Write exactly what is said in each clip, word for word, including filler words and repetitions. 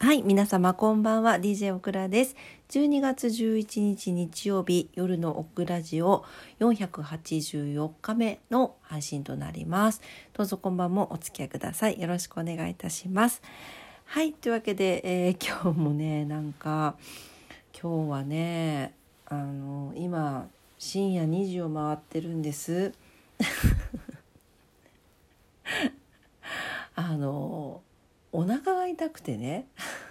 はい、皆様こんばんは。 ディージェー オクラです。じゅうにがつじゅういちにち日曜日、夜のオクラジオよんひゃくはちじゅうよっかめの配信となります。どうぞこんばんもお付き合いください。よろしくお願いいたします。はい、というわけで、えー、今日もねなんか今日はねあの今深夜にじを回ってるんですあのお腹が痛くてね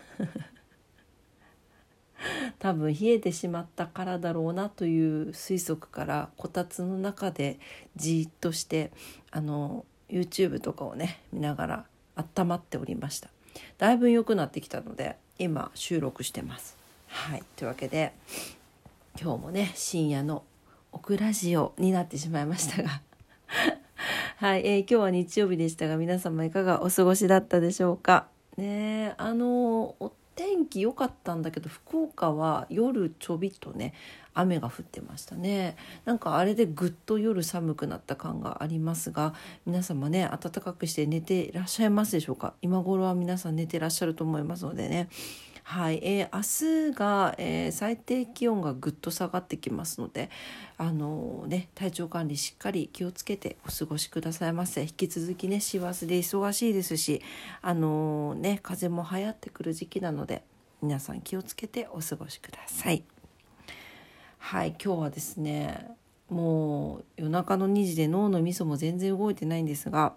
多分冷えてしまったからだろうなという推測からこたつの中でじっとしてあの YouTube とかをね見ながら温まっておりました。だいぶ良くなってきたので今収録してます。はい、というわけで今日もね深夜のオクラジオになってしまいましたがはい、えー、今日は日曜日でしたが皆様いかがお過ごしだったでしょうかね。あのお天気良かったんだけど福岡は夜ちょびっとね雨が降ってましたね。なんかあれでぐっと夜寒くなった感がありますが、皆様ね暖かくして寝ていらっしゃいますでしょうか。今頃は皆さん寝てらっしゃると思いますのでね。はい、えー、明日が、えー、最低気温がぐっと下がってきますので、あのーね、体調管理しっかり気をつけてお過ごしくださいませ。引き続きね師走で忙しいですし、あのーね、風邪も流行ってくる時期なので皆さん気をつけてお過ごしください。はい、今日はですねもう夜中のにじで脳のみそも全然動いてないんですが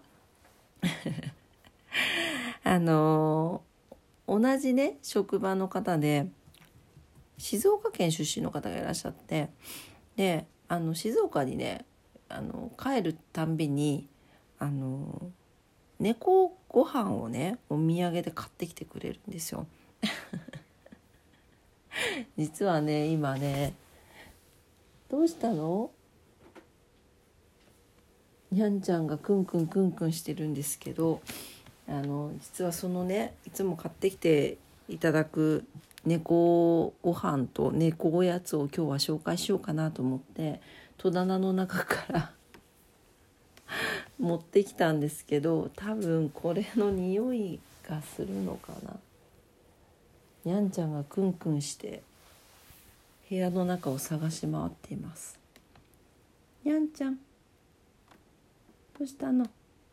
あのー同じね職場の方で静岡県出身の方がいらっしゃって、であの静岡にねあの帰るたんびにあの猫ご飯をねお土産で買ってきてくれるんですよ実はね今ねどうしたのにゃんちゃんがクンクンクンクンしてるんですけど、あの実はそのねいつも買ってきていただく猫ご飯と猫おやつを今日は紹介しようかなと思って戸棚の中から持ってきたんですけど、多分これの匂いがするのかな。にゃんちゃんがクンクンして部屋の中を探し回っています。にゃんちゃんどうしたの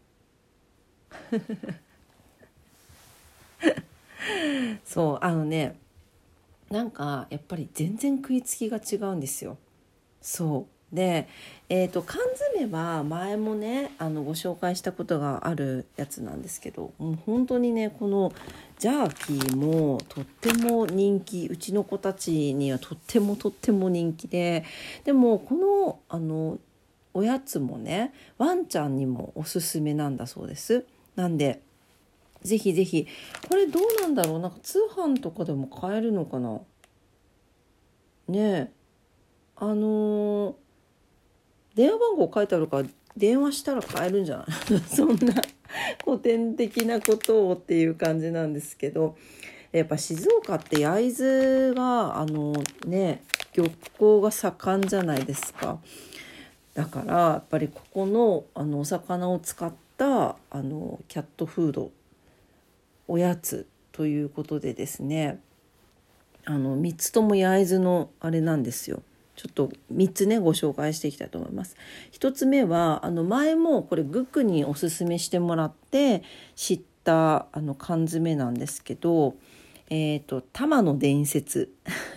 そうあのねなんかやっぱり全然食いつきが違うんですよ。そうで、えーと、缶詰は前もねあのご紹介したことがあるやつなんですけど、もう本当にねこのジャーキーもとっても人気、うちの子たちにはとってもとっても人気で、でもこのあのおやつもねワンちゃんにもおすすめなんだそうです。なんでぜひぜひ、これどうなんだろう、なんか通販とかでも買えるのかなねえ、あのー、電話番号書いてあるから電話したら買えるんじゃないそんな古典的なことをっていう感じなんですけど、やっぱ静岡って焼津があのね漁港が盛んじゃないですか。だからやっぱりここのあのお魚を使ったあのキャットフードおやつということでですね、あのみっつとも焼津のあれなんですよ。ちょっとみっつねご紹介していきたいと思います。ひとつめはあの前もこれグックにおすすめしてもらって知ったあの缶詰なんですけど、えーと玉の伝説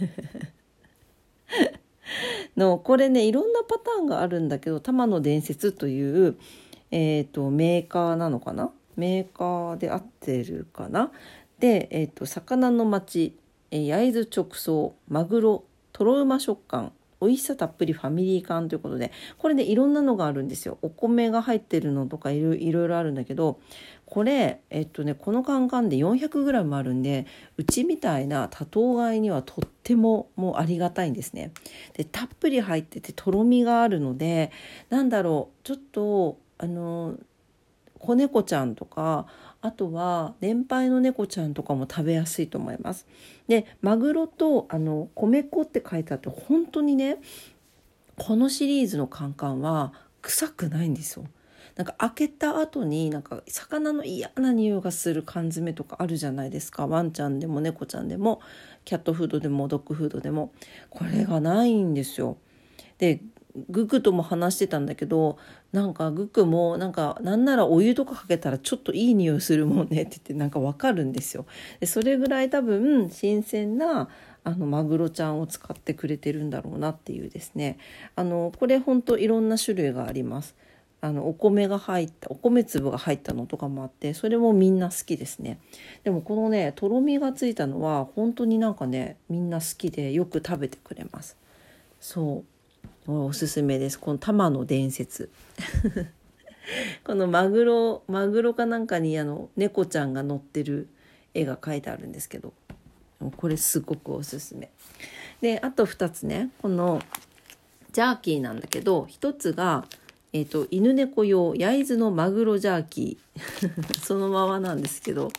のこれねいろんなパターンがあるんだけど、玉の伝説という、えーとメーカーなのかな、メーカーで合ってるかな。で、えーと魚の町、えー、焼津直送マグロとろうま食感美味しさたっぷりファミリー缶ということで、これでいろんなのがあるんですよ。お米が入ってるのとかいろいろいろあるんだけど、これえっとねこのカンカンで よんひゃくグラム あるんで、うちみたいな多頭飼いにはとってももうありがたいんですね。でたっぷり入っててとろみがあるので、なんだろうちょっとあの子猫ちゃんとか、あとは年配の猫ちゃんとかも食べやすいと思います。でマグロとあの米粉って書いてあって、本当にねこのシリーズのカンカンは臭くないんですよ。 なんか開けた後になんか魚の嫌な匂いがする缶詰とかあるじゃないですか。ワンちゃんでも猫ちゃんでもキャットフードでもドッグフードでもこれがないんですよ。でグクとも話してたんだけど、なんかグクもなんかなんならお湯とかかけたらちょっといい匂いするもんねって言ってなんかわかるんですよ。でそれぐらい多分新鮮なあのマグロちゃんを使ってくれてるんだろうなっていうですね。あのこれほんといろんな種類があります。あのお米が入ったお米粒が入ったのとかもあって、それもみんな好きですね。でもこのねとろみがついたのは本当になんかねみんな好きでよく食べてくれます。そうおすすめです。この玉の伝説このマグロマグロかなんかにあの猫ちゃんが乗ってる絵が描いてあるんですけど、これすごくおすすめで、あとふたつね、このジャーキーなんだけど、ひとつが、えーと、犬猫用焼津のマグロジャーキーそのままなんですけど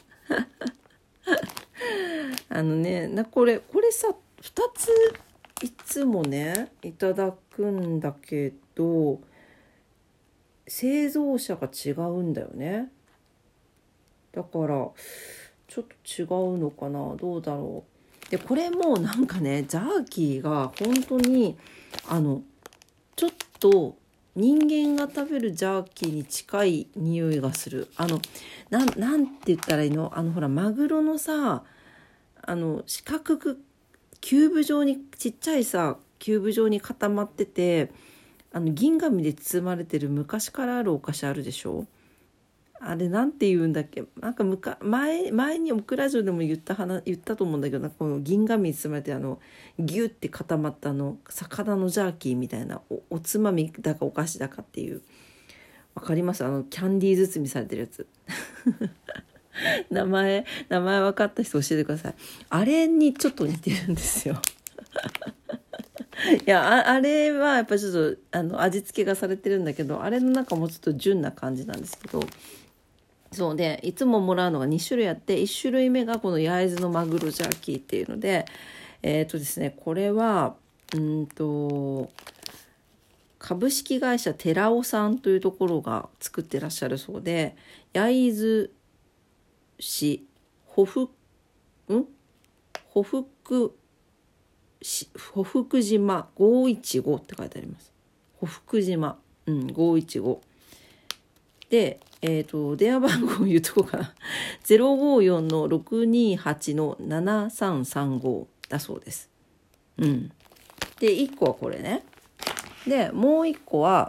あのねなこれこれさふたついつもねいただくんだけど製造者が違うんだよね。だからちょっと違うのかな、どうだろう。でこれもなんかねジャーキーが本当にあのちょっと人間が食べるジャーキーに近い匂いがする。あのなんなんて言ったらいいの、あのほらマグロのさあの四角くキューブ状にちっちゃいさキューブ状に固まってて、あの銀紙で包まれてる昔からあるお菓子あるでしょ。あれなんて言うんだっけ、なんかむか 前, 前にオクラジオでも言った話言ったと思うんだけど、なんかこの銀紙に包まれてあのギュッて固まったあの魚のジャーキーみたいな お, おつまみだかお菓子だかっていう、わかります？あのキャンディー包みされてるやつ名前名前分かった人教えてください。あれにちょっと似てるんですよいや あ, あれはやっぱりちょっとあの味付けがされてるんだけど、あれの中もちょっと純な感じなんですけど、そうでいつももらうのがに種類あって、いち種類目がこの焼津のマグロジャーキーっていうので、えっとですねこれはうんと株式会社寺尾さんというところが作ってらっしゃるそうで、焼津市ほふんほふくほふく島ごひゃくじゅうごって書いてあります。ほふく島、うん、ごひゃくじゅうごで、えーと、電話番号言うとこうかなゼロごよんのろくにはちのななさんさんごだそうです。うん。でいっこはこれね。でもういっこは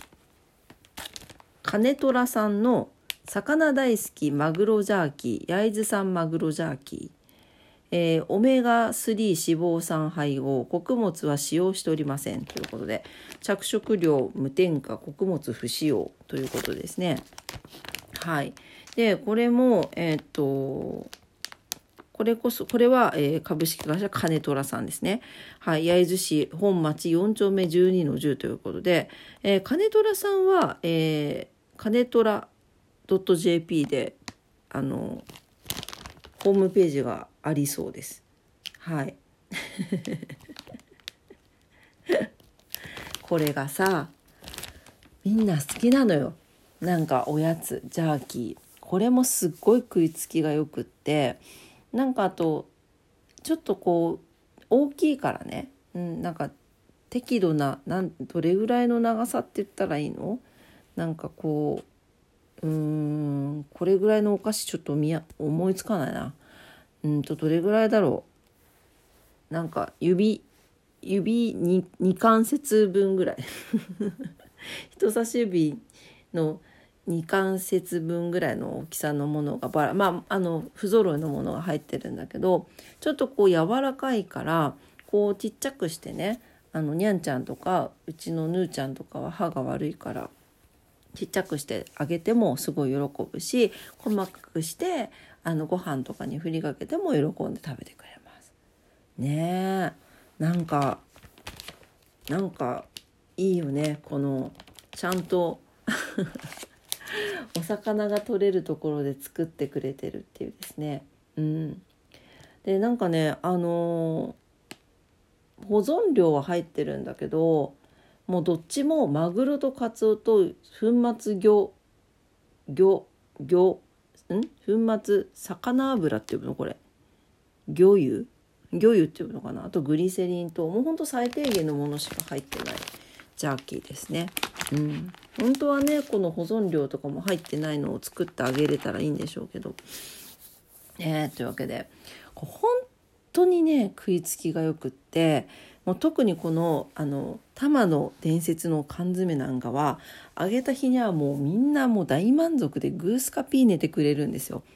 金虎さんの魚大好きマグロジャーキー焼津産マグロジャーキー、えー、オメガスリー脂肪酸配合、穀物は使用しておりませんということで、着色料無添加、穀物不使用ということですね。はい。でこれもえー、っとこれこそこれは、えー、株式会社金虎さんですね。はい、焼津市本町よん丁目じゅうにのじゅうということで、えー、金虎さんは、えー、金虎 .jp であのホームページがありそうです。はいこれがさみんな好きなのよ。なんかおやつジャーキー、これもすっごい食いつきがよくって、なんかあとちょっとこう大きいからね、うん、なんか適度ななんどれぐらいの長さって言ったらいいの、なんかこううーんこれぐらいのお菓子ちょっと見や思いつかないな。うんとどれぐらいだろう、なんか指指 2, 2関節分ぐらい人差し指のに関節分ぐらいの大きさのものがバラ、まああの不揃いのものが入ってるんだけど、ちょっとこう柔らかいからこうちっちゃくしてね、あのにゃんちゃんとかうちのぬーちゃんとかは歯が悪いからちっちゃくしてあげてもすごい喜ぶし、細かくしてあのご飯とかに振りかけても喜んで食べてくれますね。えなんかなんかいいよね、このちゃんとお魚が取れるところで作ってくれてるっていうですね。うん、でなんかねあのー、保存料は入ってるんだけど、 もうどっちもマグロとカツオと粉末魚魚魚ん粉末魚油っていうのこれ魚油魚油っていうのかな、あとグリセリンともうほんと最低限のものしか入ってないジャーキーですね。うん、本当はねこの保存料とかも入ってないのを作ってあげれたらいいんでしょうけど、えー、というわけで本当にね食いつきがよくって、もう特にこのあの玉の伝説の缶詰なんかはあげた日にはもうみんなもう大満足でグースカピー寝てくれるんですよ。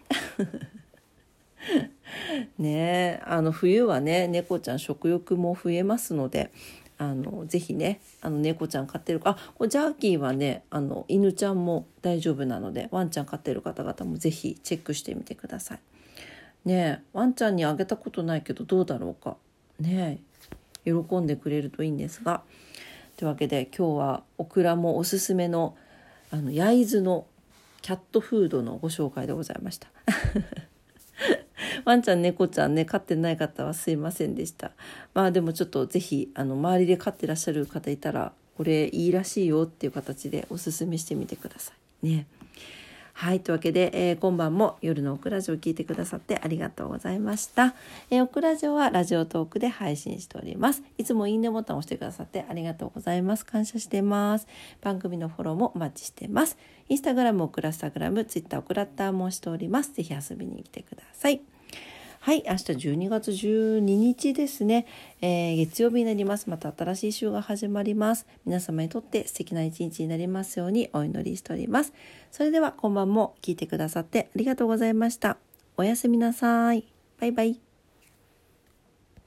ねえ、あの冬はね猫ちゃん食欲も増えますので、あのぜひねあの猫ちゃん飼ってるか、あこれジャーキーはねあの犬ちゃんも大丈夫なので、ワンちゃん飼ってる方々もぜひチェックしてみてください。ねえ、ワンちゃんにあげたことないけどどうだろうかねえ、喜んでくれるといいんですが。というわけで今日はオクラもおすすめのあの焼津のキャットフードのご紹介でございました。ワンちゃん猫ちゃんね飼ってない方はすいませんでした。まあでもちょっとぜひあの周りで飼ってらっしゃる方いたらこれいいらしいよっていう形でおすすめしてみてくださいね。はい、というわけで、えー、今晩も夜のオクラジオを聞いてくださってありがとうございました。えー、オクラジオはラジオトークで配信しております。いつもいいねボタンを押してくださってありがとうございます。感謝してます。番組のフォローもお待ちしてます。インスタグラム、オクラスタグラム、ツイッター、オクラッターもしております。ぜひ遊びに来てください。はい、明日じゅうにがつじゅうににちですね、えー、月曜日になります。また新しい週が始まります。皆様にとって素敵な一日になりますようにお祈りしております。それでは今晩も聞いてくださってありがとうございました。おやすみなさい。バイバイ。